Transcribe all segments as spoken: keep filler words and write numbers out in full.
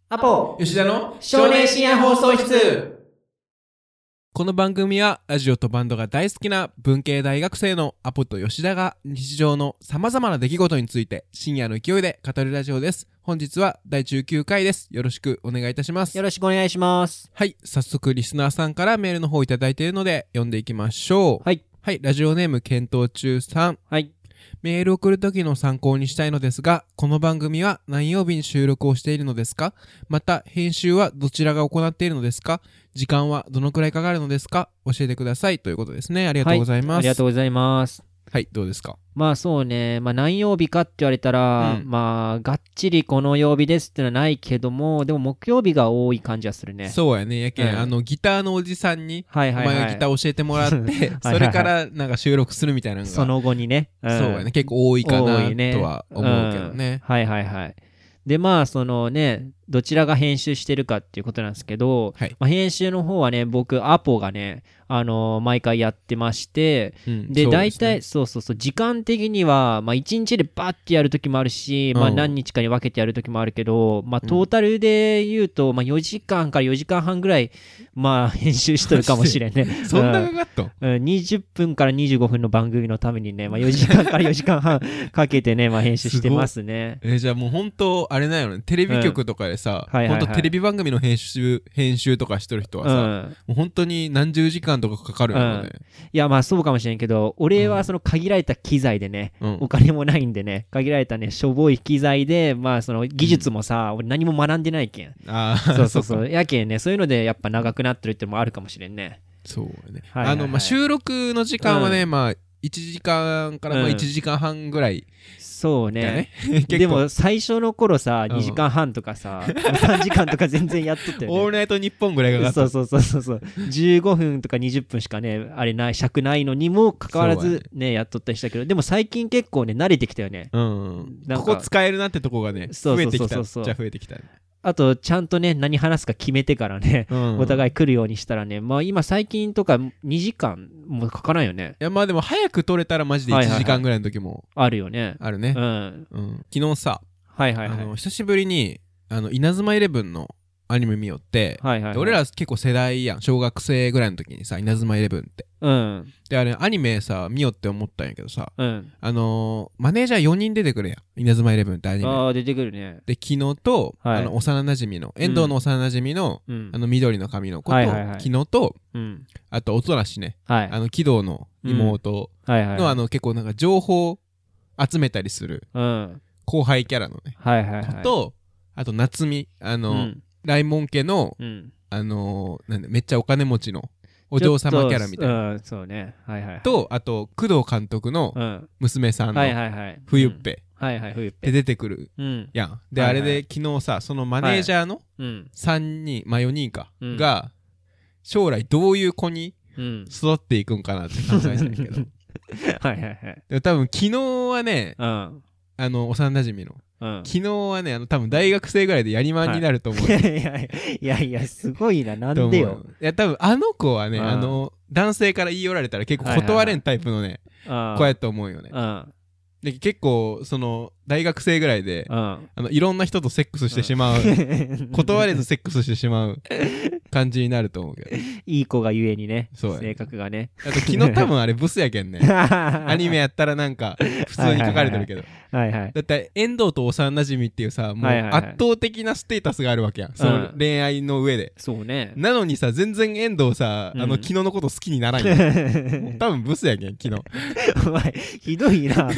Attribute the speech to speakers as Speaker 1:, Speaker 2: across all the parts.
Speaker 1: アポ
Speaker 2: 吉田の
Speaker 1: 少年深夜放送室。
Speaker 2: この番組はラジオとバンドが大好きな文系大学生のアポと吉田が日常のさまざまな出来事について深夜の勢いで語るラジオです。本日はだいじゅうきゅうかいです。よろしくお願いいたします。
Speaker 1: よろしくお願いします。
Speaker 2: はい、早速リスナーさんからメールの方をいただいているので読んでいきましょう。
Speaker 1: はい
Speaker 2: はい、ラジオネーム検討中さん。
Speaker 1: はい。
Speaker 2: メールを送るときの参考にしたいのですが、この番組は何曜日に収録をしているのですか？また編集はどちらが行っているのですか？時間はどのくらいかかるのですか？教えてくださいということですね。ありがとうございます。
Speaker 1: はい、ありがとうございます。
Speaker 2: はい、どうですか？
Speaker 1: まあそうね、まあ何曜日かって言われたら、うん、まあがっちりこの曜日ですってのはないけども、でも木曜日が多い感じはするね。
Speaker 2: そうやね。やけん、うん、あのギターのおじさんに、はいはいはい、お前がギター教えてもらってはいはい、それからなんか収録するみたいなのが
Speaker 1: その後にね、
Speaker 2: うん、そうやね。結構多いかな、ね、とは思うけどね、うん、
Speaker 1: はいはいはい。でまあそのねどちらが編集してるかっていうことなんですけど、はい、まあ、編集の方はね僕アポがねあのー、毎回やってまして、うん、で大体、ね、そうそうそう時間的にはまあいちにちでバッてやる時もあるし、うん、まあ何日かに分けてやる時もあるけど、まあトータルで言うと、まあよじかんからよじかんはんぐらいまあ編集しとるかもしれんね
Speaker 2: そんなかかっと、
Speaker 1: うん、にじゅっぷんからにじゅうごふんの番組のためにね、まあ、よじかんからよじかんはんかけてね、まあ、編集してますね。
Speaker 2: えー、じゃあもう本当あれなよね、テレビ局とかでさ、うん、はいはいはい、本当テレビ番組の編集編集とかしとる人はさ、うん、もう本当に何十時間とかかかるよね、うん、い
Speaker 1: やまあそうかもしれんけど、俺はその限られた機材でね、うん、お金もないんでね、限られたねしょぼい機材で、まあその技術もさ、うん、俺何も学んでないけん、あそうそうそうやけんね、そういうのでやっぱ長くなってるってのもあるかもしれんね。
Speaker 2: そうね、はいはいはい、あのまあ収録の時間はね、うん、まあいちじかんからまあいちじかんはんぐらい、うん、
Speaker 1: そうねでも最初の頃さにじかんはんとかさ、うん、さんじかんとか全然やっとったよね。
Speaker 2: オールナイトニッポンぐらいかかった。
Speaker 1: そうそうそうそうじゅうごふんとかにじゅっぷんしかねあれない尺ないのにもかかわらず ね, ねやっとったりしたけど、でも最近結構ね慣れてきたよね、うん、
Speaker 2: なんかここ使えるなってとこがね増えてきた。じゃあ増えてきたね。
Speaker 1: あとちゃんとね何話すか決めてからね、うん、お互い来るようにしたらね、まあ今最近とかにじかんもかからんよね。
Speaker 2: いやまあでも早く撮れたらマジでいちじかんぐらいの時も、はいはいはい、
Speaker 1: あるよね。
Speaker 2: あるね、うんうん、昨日さ、はいはいはい、あの久しぶりにあの稲妻イレブンのアニメ見よって、はいはいはい、俺ら結構世代やん、小学生ぐらいの時にさ稲妻イレブンって、うん、であれアニメさ見よって思ったんやけどさ、うん、あのー、マネージャーよにん出てくるやん稲妻イレブンってアニメ。
Speaker 1: ああ出てくるね。
Speaker 2: で昨日と、はい、あの幼馴染の遠藤の幼馴染の、うん、あの緑の髪の子と、はいはいはい、昨日と、うん、あと音無しね、はい、あの木戸の妹の、うんはいはいはい、あの結構なんか情報集めたりする、うん、後輩キャラのね、はいはいはい、とあと夏美あの、うんライモン家の、うん、あのー、なんだめっちゃお金持ちのお嬢様キャラみたいな、うん、そうね、はいはいはい、とあと工藤監督の娘さんの冬っぺで出てくる、うん、やんで、はいはい、あれで昨日さそのマネージャーのさんにん、まあよにんか、うん、が将来どういう子に育っていくんかなって考えたんだけどはいはいはいで多分昨日はね、うん、あの幼馴染のうん、昨日はねあの多分大学生ぐらいでやりまんになると思う、はい、
Speaker 1: いやいやいやすごいななんでよ。
Speaker 2: いや多分あの子はね、うん、あの男性から言い寄られたら結構断れんタイプのね、はいはいはい、子やと思うよね、うん、で結構その大学生ぐらいで、うん、あのいろんな人とセックスしてしまう、うん、断れずセックスしてしまう感じになると思うけど
Speaker 1: いい子がゆえにね性格がね。
Speaker 2: あと昨日多分あれブスやけんねアニメやったらなんか普通に書かれてるけどはいはい、だって遠藤と幼馴染っていうさもう圧倒的なステータスがあるわけやん、はいはいはい、その恋愛の上で、うん、そうね。なのにさ全然遠藤さ、うん、あの昨日のこと好きにならんやん多分ブスやけん昨日
Speaker 1: お前ひどいな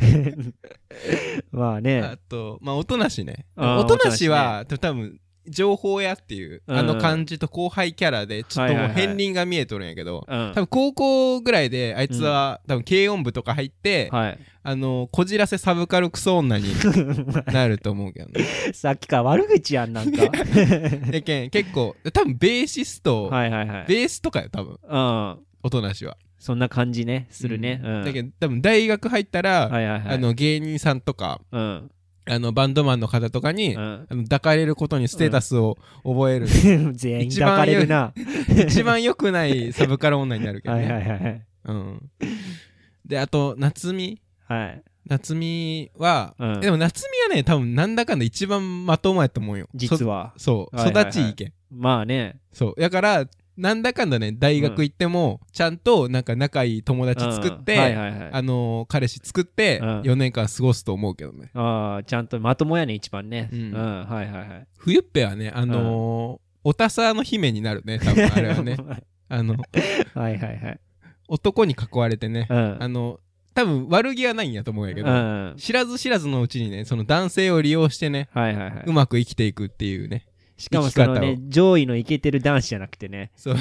Speaker 1: まあね。
Speaker 2: あとまあ音無しね音無しはね、多分情報屋っていう、うん、あの感じと後輩キャラでちょっともう片鱗が見えとるんやけど、はいはいはい、多分高校ぐらいであいつは、うん、多分軽音部とか入って、はい、あのこじらせサブカルクソ女になると思うけどね
Speaker 1: さっきから悪口やんなんか
Speaker 2: でけん結構多分ベーシスト、はいはいはい、ベースとかよ多分、うん、音無しは
Speaker 1: そんな感じねするね、
Speaker 2: うんうん、だけど多分大学入ったら、はいはいはい、あの芸人さんとか、うんあのバンドマンの方とかに、うん、あの抱かれることにステータスを覚える、
Speaker 1: うん、全員抱かれるな
Speaker 2: 一番良くないサブカル女になるけどねはいはいはい、うん、であと夏美、はい、 夏美は、うん、でも夏美はね多分なんだかんだ一番まともやと思うよ
Speaker 1: 実は
Speaker 2: そう、はいはいはい、育ちいいけん
Speaker 1: まあね
Speaker 2: そうだからなんだかんだね大学行っても、うん、ちゃんとなんか仲いい友達作って、うんはいはいはい、あのー、彼氏作ってよねんかん過ごすと思うけどね、
Speaker 1: うん、ああちゃんとまともやね一番ね、うんうん、はいはいはい
Speaker 2: 冬っぺはねあのーうん、おたさの姫になるね多分あれはねあの
Speaker 1: はいはいはい
Speaker 2: 男に囲われてね、うん、あの多分悪気はないんやと思うんやけど、うん、知らず知らずのうちにねその男性を利用してね、はいはいはい、うまく生きていくっていうね
Speaker 1: しかもそのね上位のイケてる男子じゃなくてねそう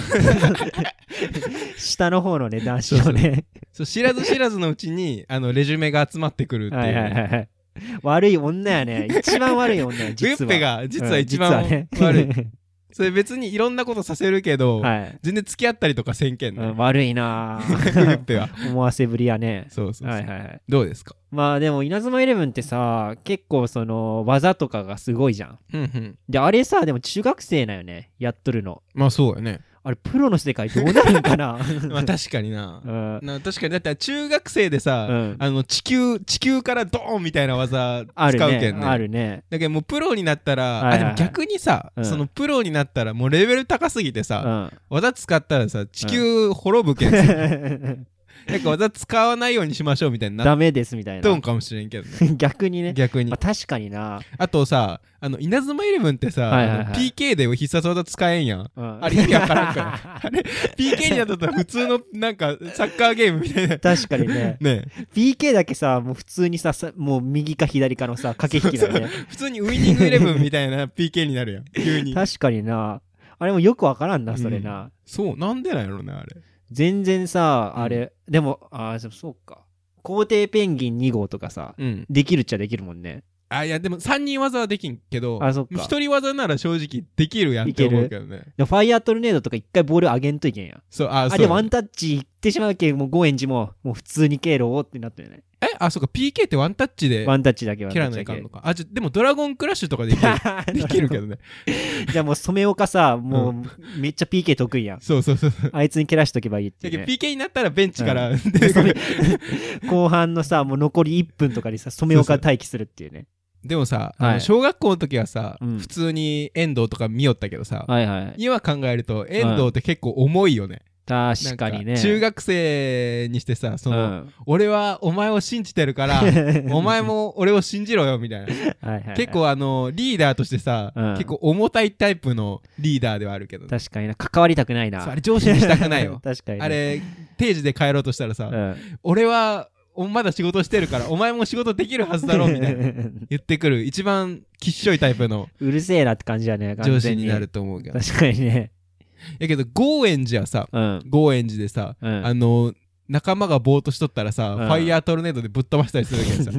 Speaker 1: 下の方のね男子をね
Speaker 2: そう知らず知らずのうちにあのレジュメが集まってくるっていう、ねはいはいはい、
Speaker 1: 悪い女やね一番悪い女や実は
Speaker 2: グッペが実は一番、うんね、悪いそれ別にいろんなことさせるけど、はい、全然付き合ったりとかせんけんね、
Speaker 1: うん、悪いなグッペは思わせぶりやね
Speaker 2: そうそうそう、はいはいはい、どうですか
Speaker 1: まあでも稲妻イレブンってさ結構その技とかがすごいじゃん、うんうん、であれさでも中学生なんよねやっとるの
Speaker 2: まあそうやね
Speaker 1: あれプロの世界どうなるんかな
Speaker 2: まあ確かにな、うん、な確かにだって中学生でさ、うん、あの地球地球からドーンみたいな技使うけんね
Speaker 1: あるね
Speaker 2: だけどもうプロになったら、はいはいはい、あでも逆にさ、うん、そのプロになったらもうレベル高すぎてさ、うん、技使ったらさ地球滅ぶけん、うんなんか技使わないようにしましょうみたいな
Speaker 1: ダメですみたいな
Speaker 2: トーンかもしれんけどね
Speaker 1: 逆にね
Speaker 2: 逆に、
Speaker 1: まあ、確かにな
Speaker 2: あとさあの稲妻イレブンってさ、はいはいはい、ピーケー で必殺技使えんやん、うん、あれ意味わからんからあれ ピーケー になったら普通のなんかサッカーゲームみたいな
Speaker 1: 確かにねね ピーケー だけさもう普通にさもう右か左かのさ駆け引きだよね
Speaker 2: 普通にウイニングイレブンみたいな ピーケー になるやん急に
Speaker 1: 確かになあれもよくわからんなそれな、うん、
Speaker 2: そうなんでなんやろねあれ
Speaker 1: 全然さあれ、うん、でもあそうか皇帝ペンギンに号とかさ、うん、できるっちゃできるもんね
Speaker 2: あいやでもさんにん技はできんけどあそっかひとり技なら正直できるやんって思うけどね
Speaker 1: ファイヤートルネードとか一回ボール上げんといけんやそうあそうあれワンタッチいってしまうけもうゴエンジももう普通に経路をってなってるね
Speaker 2: えあそうか ピーケー ってワンタッチで
Speaker 1: ワンタッチだけワンタッチだけ
Speaker 2: 切らないかんのかあじゃでもドラゴンクラッシュとかできるできるけどね
Speaker 1: じゃあもう染岡さもう、うん、めっちゃ ピーケー 得意やん
Speaker 2: そうそうそう
Speaker 1: あいつに蹴らしとけばいいっていう、ね、
Speaker 2: ピーケー になったらベンチから、うん、
Speaker 1: 後半のさもう残りいっぷんとかにさ染岡待機するっていうね
Speaker 2: でもさ、はい、あの小学校の時はさ、うん、普通に遠藤とか見よったけどさ、はいはい、今考えると遠藤って結構重いよね、
Speaker 1: うん、確かにね
Speaker 2: 中学生にしてさその、うん、俺はお前を信じてるからお前も俺を信じろよみたいなはいはい、はい、結構あのリーダーとしてさ、うん、結構重たいタイプのリーダーではあるけど、ね、
Speaker 1: 確かにな関わりたくないな
Speaker 2: あれ上司にしたくないよ
Speaker 1: 確かに、ね、
Speaker 2: あれ定時で帰ろうとしたらさ、うん、俺はまだ仕事してるからお前も仕事できるはずだろうみたいな言ってくる一番きっしょいタイプの
Speaker 1: うるせえなって感じだね
Speaker 2: 上司になると思うけど
Speaker 1: 確かにね
Speaker 2: やけどゴーエンジはさ、うん、ゴーエンジでさ、うん、あの仲間がぼーっとしとったらさ、うん、ファイヤートルネードでぶっ飛ばしたりするけど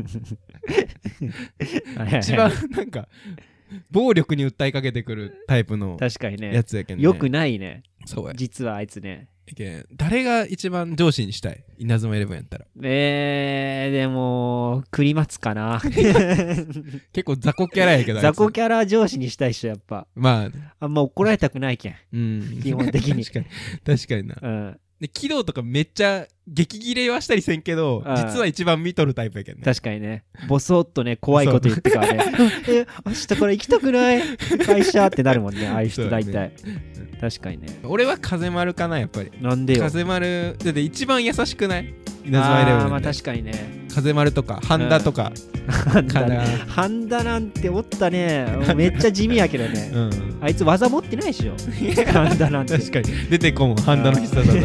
Speaker 2: さ一番なんか暴力に訴えかけてくるタイプの
Speaker 1: 確かにね
Speaker 2: やつやけどね
Speaker 1: よくないね
Speaker 2: そうや
Speaker 1: 実はあいつね
Speaker 2: 誰が一番上司にしたい稲妻イレブンやったら
Speaker 1: えーでも栗松かな
Speaker 2: 結構雑魚キャラやけど
Speaker 1: 雑魚キャラ上司にしたい人やっぱまああんま怒られたくないけん、うん、基本的に
Speaker 2: 確かに確かにな、うんで軌道とかめっちゃ激切れはしたりせんけど実は一番見とるタイプやけんね
Speaker 1: 確かにねボソッとね怖いこと言ってからねえ明日から行きたくない会社ってなるもんねああいう人大体、ね、確かにね
Speaker 2: 俺は風丸かなやっぱり
Speaker 1: なんでよ
Speaker 2: 風丸だって一番優しくない稲妻イレブン、ね、
Speaker 1: あまあ確かにね
Speaker 2: 風丸とか半田とか、
Speaker 1: うん、半田なんておったねめっちゃ地味やけどね、うん、あいつ技持ってないでしょ半田なんて
Speaker 2: 確かに出てこん半田の必殺技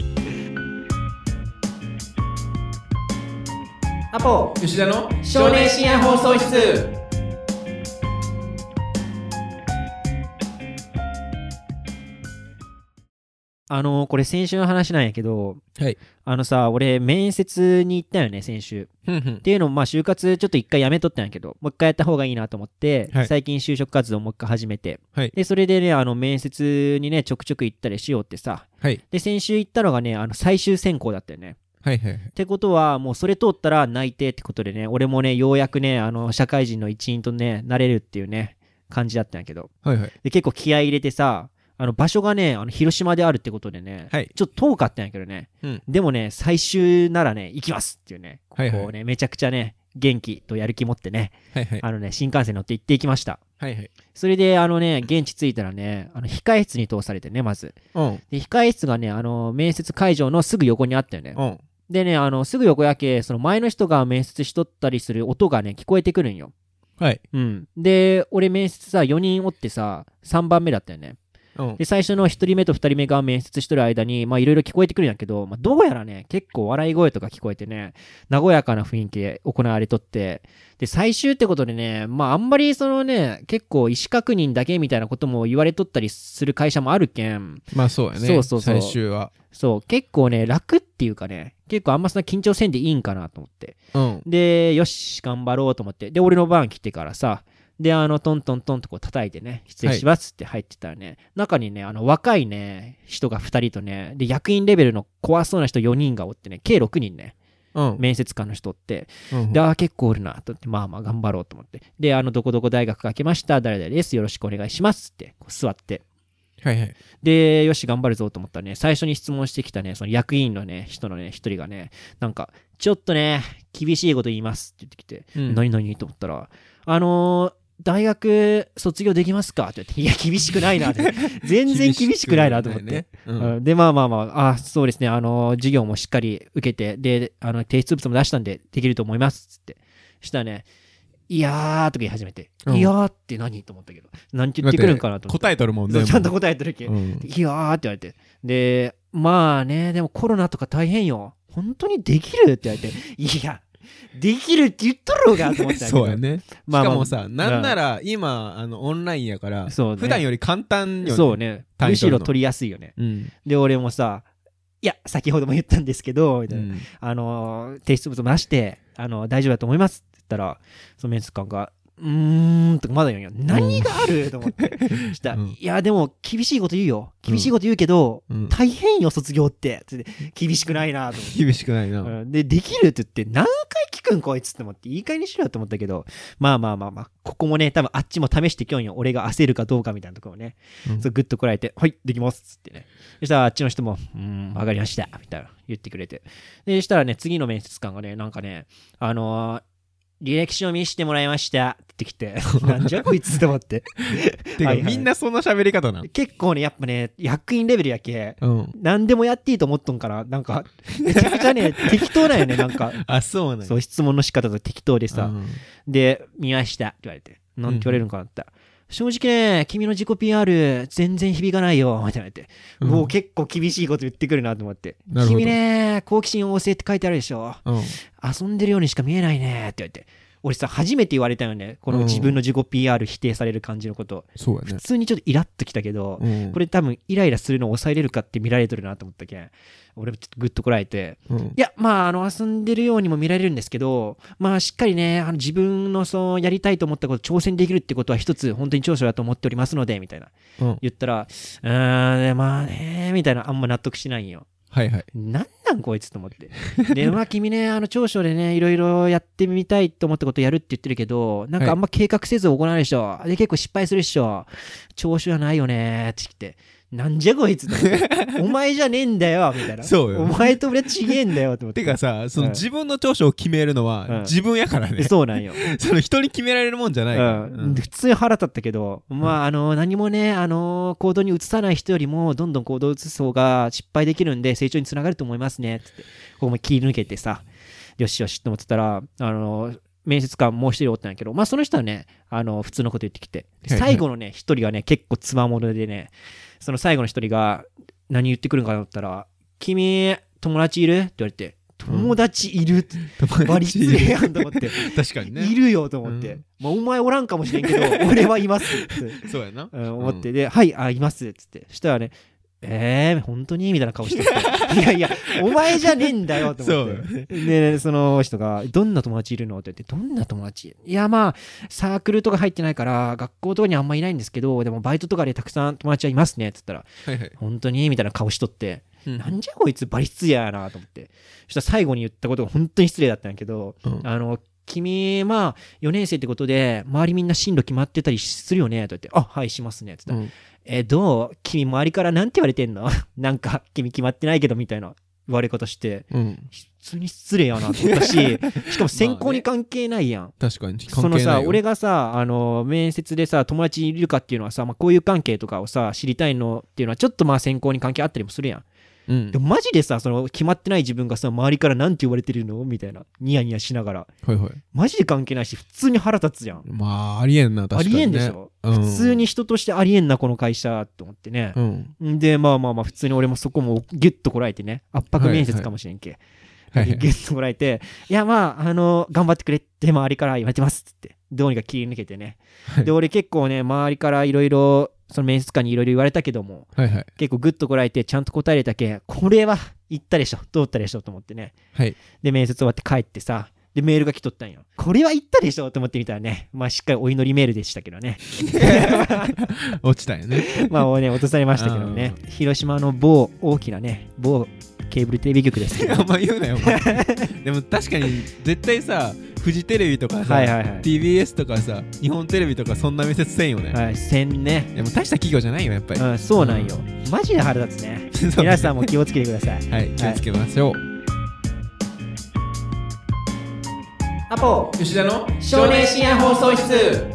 Speaker 1: アポ
Speaker 2: 吉田の
Speaker 1: 少年深夜放送室あのー、これ先週の話なんやけど、はい、あのさ俺面接に行ったよね先週っていうのもまあ就活ちょっと一回やめとったんやけどもう一回やった方がいいなと思って、はい、最近就職活動もう一回始めて、はい、でそれでねあの面接にねちょくちょく行ったりしようってさ、はい、で先週行ったのがねあの最終選考だったよねはいはいはい、ってことはもうそれ通ったら内定ってことでね俺もねようやくねあの社会人の一員とねなれるっていうね感じだったんやけど、はいはい、で結構気合い入れてさあの場所がね、あの広島であるってことでね、はい、ちょっと遠かったんやけどね、うん、でもね、最終ならね、行きますっていうね、こうね、はいはい、めちゃくちゃね、元気とやる気持ってね、はいはい、あのね、新幹線乗って行っていきました。はいはい、それで、あのね、現地着いたらね、あの控え室に通されてね、まず。うん、で控え室がね、あの面接会場のすぐ横にあったよね。うん、でね、あのすぐ横やけ、その前の人が面接しとったりする音がね、聞こえてくるんよ。はい。うん。で、俺面接さ、よにんおってさ、さんばんめだったよね。うん、で、最初のひとりめとふたりめが面接しとる間に、まあいろいろ聞こえてくるんやけど、まあどうやらね、結構笑い声とか聞こえてね、和やかな雰囲気で行われとって、で、最終ってことでね、まああんまりそのね、結構意思確認だけみたいなことも言われとったりする会社もあるけん。
Speaker 2: まあそうやね。そうそうそう。最終は。
Speaker 1: そう、結構ね、楽っていうかね、結構あんまそんな緊張せんでいいんかなと思って。うん、で、よし、頑張ろうと思って。で、俺の番来てからさ、で、あの、トントントンとこう叩いてね、失礼しますって入ってたらね、はい、中にね、あの、若いね、人がふたりとね、で、役員レベルの怖そうな人よにんがおってね、計ろくにんね、うん、面接官の人って、うん、で、ああ、結構おるな、と思って、まあまあ頑張ろうと思って。で、あの、どこどこ大学が来ました、誰々です、よろしくお願いしますって、こう座って。はいはい。で、よし、頑張るぞと思ったらね、最初に質問してきたね、その役員のね、人のね、一人がね、なんか、ちょっとね、厳しいこと言いますって言ってきて、うん、何々と思ったら、あのー、大学卒業できますかって言って、いや、厳しくないなって。全然厳しくないなと思って。ねうん、で、まあまあまあ、あ、そうですね、あの、授業もしっかり受けて、で、あの、提出物も出したんで、できると思います。つって。したらね、いやーとか言い始めて、うん、いやーって何と思ったけど、何て言ってくるんかなと思って。
Speaker 2: 答えとるもんね。
Speaker 1: ちゃんと答えとるけ、うん、いやーって言われて。で、まあね、でもコロナとか大変よ。本当にできるって言われて、いや、できるって言っとるのかと思ったけど
Speaker 2: そうやね、まあまあ、しかもさ、なんなら今あのオンラインやから、ね、普段より簡単よね。
Speaker 1: そうね、むしろ取りやすいよね、うん、で俺もさ、いや先ほども言ったんですけどみたいな、うん、あの提出物も出してあの大丈夫だと思いますって言ったら、その面接官がうーんとかまだ言うんよ。何があると思って。したら、うん、いや、でも、厳しいこと言うよ。厳しいこと言うけど、うん、大変よ、卒業って。って厳しくないなと思って。
Speaker 2: 厳しくないな、う
Speaker 1: ん。で、できるって言って、何回聞くんこいつって思って、いい加減にしろって思ったけど、まあまあまあまあ、ここもね、多分あっちも試してきょんよ。俺が焦るかどうかみたいなところをね、うん、そうグッとこらえて、はい、できますってね。そしたらあっちの人も、うーん、わかりました。みたいな言ってくれて。で、したらね、次の面接官がね、なんかね、あのー、履歴書を見せてもらいましたって来てなんじゃこいつと思って
Speaker 2: てか、はいはい、みんなそんな喋り方なの。
Speaker 1: 結構ねやっぱね役員レベルやけ、うん、何でもやっていいと思っとんからなんかめちゃくちゃね適当だよねなんか
Speaker 2: あそうなん
Speaker 1: そう質問の仕方と適当でさ、うん、で見ましたって言われてなんて言われるんかなって、うん正直ね、君の自己 ピーアール 全然響かないよ、みたいなって、うん。もう結構厳しいこと言ってくるなと思って。君ね、好奇心旺盛って書いてあるでしょ。うん、遊んでるようにしか見えないね、って言われて。俺さ、初めて言われたよね。この自分の自己 ピーアール 否定される感じのこと。
Speaker 2: そうやね。
Speaker 1: 普通にちょっとイラッときたけど、うん、これ多分イライラするのを抑えれるかって見られてるなと思ったけん。俺もちょっとグッとこらえて、うん、いやまああの遊んでるようにも見られるんですけど、まあしっかりねあの自分のそうやりたいと思ったこと挑戦できるってことは一つ本当に長所だと思っておりますのでみたいな、うん、言ったらうーんまあねみたいなあんま納得しないんよ。
Speaker 2: はいはい。
Speaker 1: なんなんこいつと思って。でまあ君ねあの長所でねいろいろやってみたいと思ったことやるって言ってるけどなんかあんま計画せず行わないでしょ、はい、で結構失敗するでしょ長所じゃないよねって言ってなんじゃこいつお前じゃねえんだよみたいな。
Speaker 2: そうよ。
Speaker 1: お前と俺は違えんだよと思って。
Speaker 2: てかさ、その自分の長所を決めるのは自分やからね。
Speaker 1: うん、そうなんよ。
Speaker 2: その人に決められるもんじゃないから。うん
Speaker 1: うん、普通に腹立ったけど、まああの何もねあの行動に移さない人よりもどんどん行動を移す方が失敗できるんで成長につながると思いますねってってここも切り抜けてさ、よしよしと思ってたらあの。面接官もう一人おったんやけど、まあその人はね、あの普通のこと言ってきて、最後のね一人がね結構つわものでね、その最後の一人が何言ってくるんかと思ったら、君友達いるって言われて、友達いるって、うん、バリ失礼やんと思って
Speaker 2: 確かにね
Speaker 1: いるよと思って、うん、まあお前おらんかもしれんけど俺はいますって
Speaker 2: そうやな、
Speaker 1: うん、思ってで、うん、はいあいますっつってそしたらねえー、本当にみたいな顔してていやいやお前じゃねえんだよと思ってでその人がどんな友達いるのって言ってどんな友達いやまあサークルとか入ってないから学校とかにあんまいないんですけどでもバイトとかでたくさん友達はいますねって言ったら、はいはい、本当にみたいな顔しとって、うん、なんじゃこいつバリ失礼やなと思ってそしたら最後に言ったことが本当に失礼だったんやけど、うん、あの君、まあ、よねん生ってことで、周りみんな進路決まってたりするよねと言って、あ、はい、しますね。って言ったら、うん、え、どう君、周りからなんて言われてんのなんか、君決まってないけど、みたいな言われ方して、うん、普通に失礼やなと思ったし、しかも専攻に関係ないやん。
Speaker 2: まあね、確かに。
Speaker 1: そのさ、俺がさ、あの、面接でさ、友達いるかっていうのはさ、まあ、こういう関係とかをさ、知りたいのっていうのは、ちょっとまあ、専攻に関係あったりもするやん。うん、でもマジでさ、その決まってない自分がさ、周りからなんて言われてるのみたいな、ニヤニヤしながら、はいはい、マジで関係ないし、普通に腹立つじゃん。
Speaker 2: まあありえんな、確かに、ね、
Speaker 1: ありえんでしょ、うん、普通に人としてありえんなこの会社と思ってね、うん、でまあまあまあ普通に俺もそこもギュッとこらえてね、圧迫面接かもしれんけ、はいはい、ギュッとこらえて、いやまああの頑張ってくれって周りから言われてますっつってどうにか切り抜けてね、はい、で俺結構ね周りからいろいろその面接官にいろいろ言われたけども、はいはい、結構グッとこらえてちゃんと答えれたけ、これは言ったでしょ、通ったでしょと思ってね、はい、で面接終わって帰ってさ、でメールが来とったんよ、これは言ったでしょと思ってみたらね、まあしっかりお祈りメールでしたけどね
Speaker 2: 落ちたよね
Speaker 1: まあね落とされましたけどね、広島の某大きなね某ケーブルテレビ局ですけど、
Speaker 2: あんま言うなよでも確かに絶対さフジテレビとかさ、はいはいはい、ティービーエス とかさ日本テレビとかそんな面接せんよね。
Speaker 1: はい、せんね。
Speaker 2: でも大した企業じゃないよやっぱり、
Speaker 1: うん、そうなんよ、うん、マジで腹立つね皆さんも気をつけてください
Speaker 2: はい気をつけましょう、はい、
Speaker 1: アポ
Speaker 2: 吉田の
Speaker 1: 少年深夜放送室。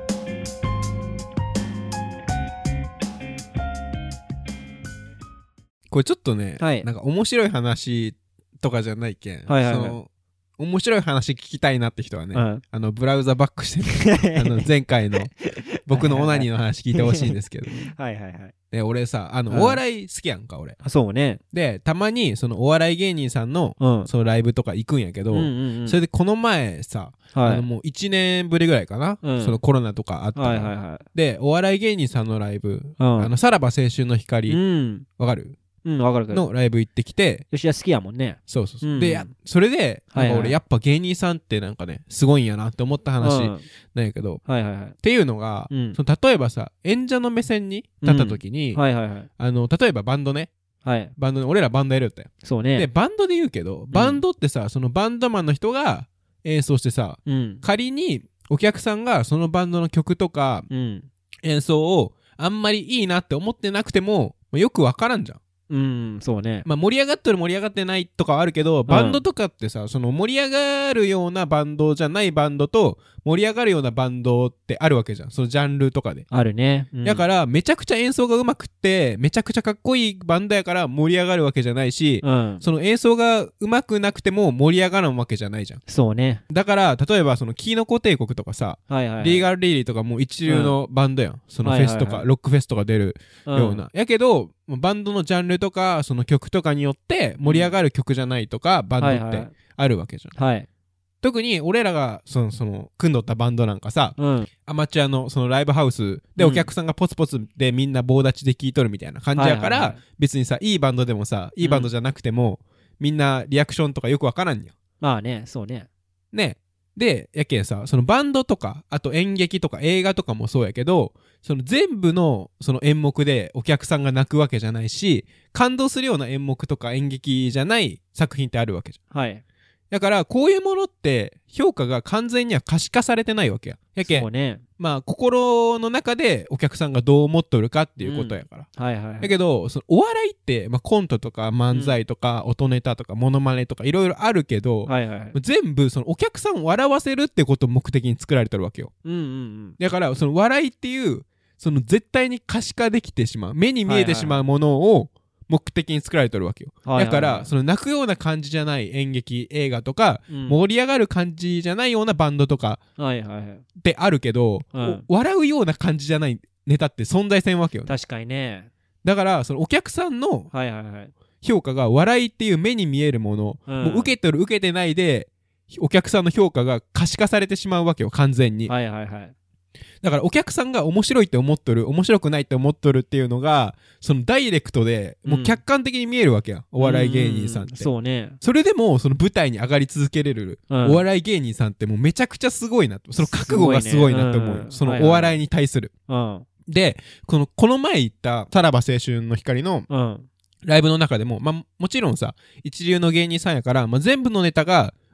Speaker 2: これちょっとね、はい、なんか面白い話とかじゃないけん、はいはいはい、その面白い話聞きたいなって人はね、うん、あのブラウザバックしてねあの前回の僕のオナニーの話聞いてほしいんですけど、ね、はいはいはい。で俺さあの、うん、お笑い好きやんか俺。
Speaker 1: そうね。
Speaker 2: でたまにそのお笑い芸人さんの、うん、そのライブとか行くんやけど、うんうんうん、それでこの前さ、はい、あのもういちねんぶりぐらいかな、うん、そのコロナとかあったら、はいはいはい、でお笑い芸人さんのライブ、うん、あのさらば青春の光、うん、わかる？
Speaker 1: うん、わかる
Speaker 2: のライブ行ってきて、
Speaker 1: 吉田好きやもんね。
Speaker 2: そうそうそう、うん、でそれでなんか俺やっぱ芸人さんってなんかねすごいんやなって思った話なんやけど、うんはいはいはい、っていうのが、うん、その例えばさ演者の目線に立った時に、うんはいはいはい、あの例えばバンドね、はい、バンドね俺らバンドやるよったよ。そうね。でバンドで言うけどバンドってさ、そのバンドマンの人が演奏してさ、うん、仮にお客さんがそのバンドの曲とか、うん、演奏をあんまりいいなって思ってなくてもよくわからんじゃん。
Speaker 1: うん、そうね。
Speaker 2: まあ盛り上がってる盛り上がってないとかはあるけど、バンドとかってさ、うん、その盛り上がるようなバンドじゃないバンドと盛り上がるようなバンドってあるわけじゃん、そのジャンルとかで。
Speaker 1: あるね、
Speaker 2: うん、だからめちゃくちゃ演奏が上手くってめちゃくちゃかっこいいバンドやから盛り上がるわけじゃないし、うん、その演奏が上手くなくても盛り上がるわけじゃないじゃん。
Speaker 1: そうね。
Speaker 2: だから例えばそのキノコ帝国とかさ、はいはいはい、リーガルリーリーとかもう一流のバンドやん、うん、そのフェスとか、はいはいはい、ロックフェスとか出るような、うん、やけどバンドのジャンルとかその曲とかによって盛り上がる曲じゃないとか、うん、バンドってあるわけじゃん、はいはい、特に俺らがそのその組んどったバンドなんかさ、うん、アマチュアのそのライブハウスでお客さんがポツポツでみんな棒立ちで聴いとるみたいな感じやから、はいはいはい、別にさいいバンドでもさいいバンドじゃなくても、うん、みんなリアクションとかよくわからんよ。
Speaker 1: まあね、そうね。
Speaker 2: ねでやけんさ、そのバンドとかあと演劇とか映画とかもそうやけど、その全部のその演目でお客さんが泣くわけじゃないし、感動するような演目とか演劇じゃない作品ってあるわけじゃん。はい。だからこういうものって評価が完全には可視化されてないわけや。やけん、そうね、まあ心の中でお客さんがどう思っとるかっていうことやから。うん、はいはいはい。だけどそのお笑いって、まあ、コントとか漫才とか、うん、音ネタとかモノマネとかいろいろあるけど、はいはいはい、全部そのお客さんを笑わせるってことを目的に作られてるわけよ。うんうんうん。だからその笑いっていうその絶対に可視化できてしまう、目に見えてしまうものを目的に作られてるわけよ。はいはいはい、だからその泣くような感じじゃない演劇映画とか、うん、盛り上がる感じじゃないようなバンドとかってあるけど、はいはいはい、笑うような感じじゃないネタって存在せんわけよ、ね。
Speaker 1: 確かにね。
Speaker 2: だからそのお客さんの評価が笑いっていう目に見えるもの、うん、もう受けてる受けてないでお客さんの評価が可視化されてしまうわけよ、完全に。はいはいはい。だからお客さんが面白いって思っとる面白くないって思っとるっていうのがそのダイレクトでもう客観的に見えるわけや、うん、お笑い芸人さんって。そうね。それでもその舞台に上がり続けれる、うん、お笑い芸人さんってもうめちゃくちゃすごいなと、その覚悟がすごいなと思うよ、ね、うん、そのお笑いに対する、はいはい、でこのこの前言ったさらば青春の光の、うんライブの中でも、まあ、もちろんさ一流の芸人さんやから、まあ、全部のネタが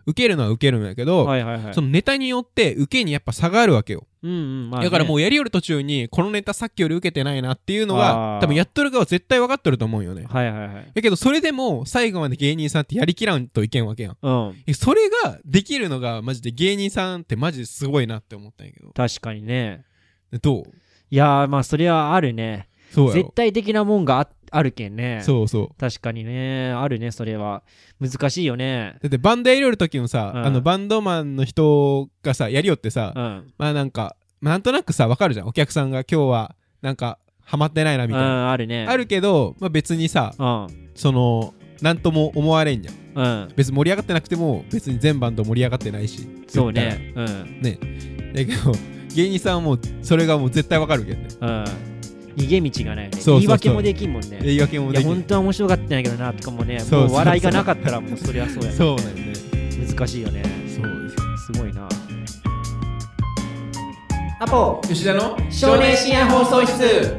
Speaker 2: 受けるのは受けるんだけど、はいはいはい、そのネタによって受けにやっぱ差があるわけよ。うんうんまあね、だからもうやりよる途中にこのネタさっきより受けてないなっていうのが多分やっとる側は絶対分かっとると思うよね。はいはいはい。だけどそれでも最後まで芸人さんってやりきらんといけんわけやん。うん、それができるのがマジで芸人さんってマジですごいなって思ったんやけど。
Speaker 1: 確かにね。
Speaker 2: どう？
Speaker 1: いやーまあそれはあるね。そうやろ。絶対的なもんが あ, あるけんね。そうそう。確かにねあるね。それは難しいよね。
Speaker 2: だってバンドやりよる時もさ、うん、あのバンドマンの人がさやりよってさ、うん、まあなんかなんとなくさ分かるじゃん。お客さんが今日はなんかハマってないなみたいな、うん、
Speaker 1: あるね。
Speaker 2: あるけど、まあ、別にさ、うん、そのなんとも思われんじゃん、うん、別に盛り上がってなくても別に全バンド盛り上がってないし。
Speaker 1: そうね、うん、
Speaker 2: ねだけど芸人さんはもうそれがもう絶対分かるけどね、うん
Speaker 1: 逃げ道がないよね。そうそうそう言い訳もできんもんね。
Speaker 2: 言い訳もできん。いや
Speaker 1: 本当は面白かったんやけどなとかもね。そうそうそうもう笑いがなかったらもうそりゃそうやね。
Speaker 2: そうだよね。
Speaker 1: 難しいよね。
Speaker 2: そうです
Speaker 1: すごいな。アポ
Speaker 2: 吉田の
Speaker 1: 少年深夜放送室。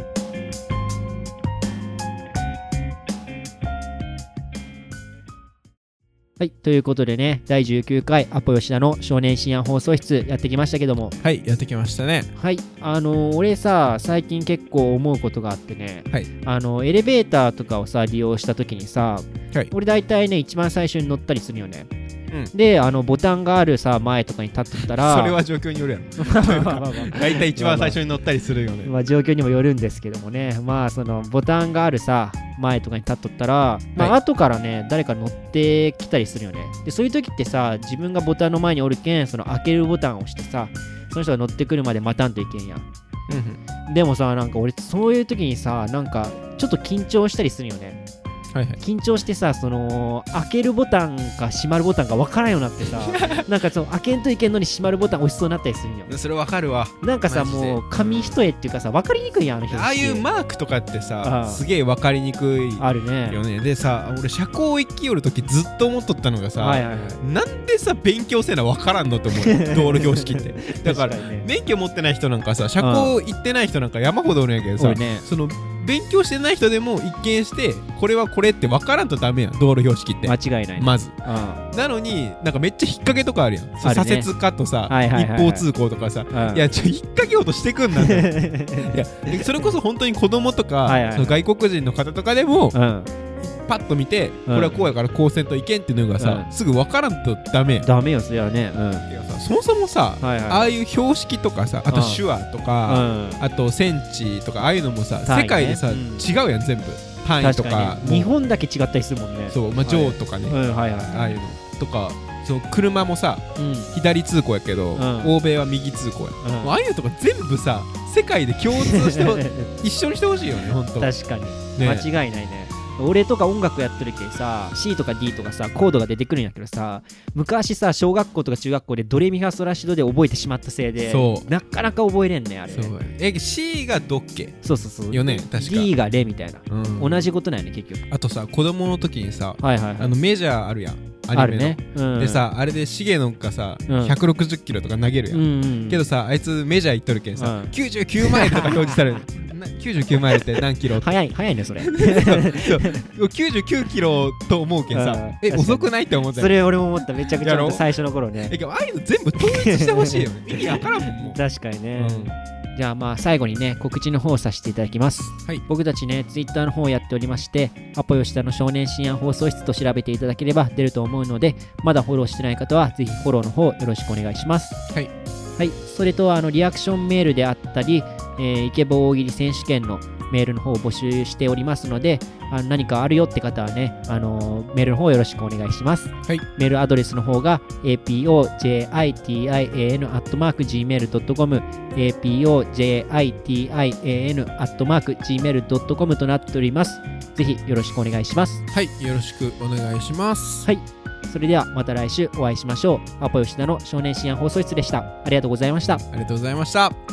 Speaker 1: はい、ということでね、だいじゅうきゅうかいアポ吉田の少年深夜放送室やってきましたけども。
Speaker 2: はい、やってきましたね。
Speaker 1: はい、あのー、俺さ、最近結構思うことがあってね、はい、あのエレベーターとかをさ、利用した時にさ、はい、俺大体ね、一番最初に乗ったりするよね。うん、で、あのボタンがあるさ前とかに立ってたら
Speaker 2: それは状況によるやろ大体一番最初に乗ったりするよね。
Speaker 1: まあ状況にもよるんですけどもね、まあそのボタンがあるさ前とかに立っとったら、まあ、はい、後からね誰か乗ってきたりするよね。でそういう時ってさ自分がボタンの前におるけんその開けるボタンを押してさその人が乗ってくるまで待たんといけんやん、うん、でもさなんか俺そういう時にさなんかちょっと緊張したりするよね。はいはい、緊張してさその開けるボタンか閉まるボタンか分からんようになってさなんかその開けんといけんのに閉まるボタン押しそうになったりするんよ。
Speaker 2: それ分かるわ。
Speaker 1: なんかさもう紙一重っていうかさ分かりにくいやんあの人。
Speaker 2: ああいうマークとかってさすげえ分かりにくいよね。あるね。でさ俺車高行き寄るときずっと思っとったのがさ、はいはいはい、なんでさ勉強せな分からんのって思う道路標識ってだから、ね、免許持ってない人なんかさ車高行ってない人なんか山ほどおるんやけどさ、ね、その勉強してない人でも一見してこれはこれって分からんとダメやん道路標識って。
Speaker 1: 間違いない、ね、
Speaker 2: まず、うん、なのになんかめっちゃ引っ掛けとかあるやん。あるね、左折かとさ、はいはいはいはい、一方通行とかさ、うん、いやちょ引っ掛けようとしてくんなんだよいやそれこそ本当に子供とか、はいはい、その外国人の方とかでも、うん、パッと見て、うん、これはこうやからこうせんといけんっていうのがさ、うん、すぐ分からんとダメやん。
Speaker 1: ダメよそれはね、うん、いや
Speaker 2: さそもそもさ、はいはい、ああいう標識とかさあと手話とか、うん、あとセンチとかああいうのもさ、ね、世界でさ、うん、違うやん全部単位とか、
Speaker 1: ね、日本だけ違ったりするもんね。
Speaker 2: そうまあジョーとかね、はいうんはいはい、ああいうのとかそう車もさ、うん、左通行やけど、うん、欧米は右通行や、うん、ああいうのとか全部さ世界で共通して一緒にしてほしいよね本当。
Speaker 1: 確かに、ね、間違いないね。俺とか音楽やってるけさ C とか D とかさコードが出てくるんやけどさ昔さ小学校とか中学校でドレミファソラシドで覚えてしまったせいでなかなか覚えれんねあれ。そう
Speaker 2: え C がドッケ
Speaker 1: そうそうそう
Speaker 2: よね確か
Speaker 1: D がレみたいな、うん、同じことなんやね結局。
Speaker 2: あとさ子供の時にさ、はいはいはい、あのメジャーあるやんアニメの、ねうん、でさあれでシゲノンがさ、うん、ひゃくろくじゅっキロとか投げるやん、うんうん、けどさあいつメジャー行っとるけんさ、うん、きゅうじゅうきゅうマイルとか表示されるきゅうじゅうきゅうマイルって何キロ
Speaker 1: 早い早いねそれ
Speaker 2: そうきゅうじゅうきゅうキロと思うけんさえ遅くないって思った
Speaker 1: それ俺も思っためちゃくちゃ最初の頃ね。
Speaker 2: えああいうの全部統一してほしいよね意味わからんもんもう
Speaker 1: 確かにね、うんじゃあまあ最後にね告知の方をさせていただきます、はい、僕たちねツイッターの方をやっておりましてアポ吉田の少年深夜放送室と調べていただければ出ると思うのでまだフォローしてない方はぜひフォローの方よろしくお願いします。はい、はい、それとあのリアクションメールであったり、えー、イケボ大喜利選手権のメールの方を募集しておりますのであの何かあるよって方はね、あのー、メールの方よろしくお願いします、はい、メールアドレスの方が エーピーオージェイアイティーアイエーエヌ アットマーク ジーメール ドットコム エーピーオージェイアイティーアイエーエヌ アットマーク ジーメール ドットコム となっております。ぜひよろしくお願いします。
Speaker 2: はいよろしくお願いします。
Speaker 1: はいそれではまた来週お会いしましょう。アポ吉田の少年深夜放送室でした。ありがとうございました。あ
Speaker 2: りがとうございました。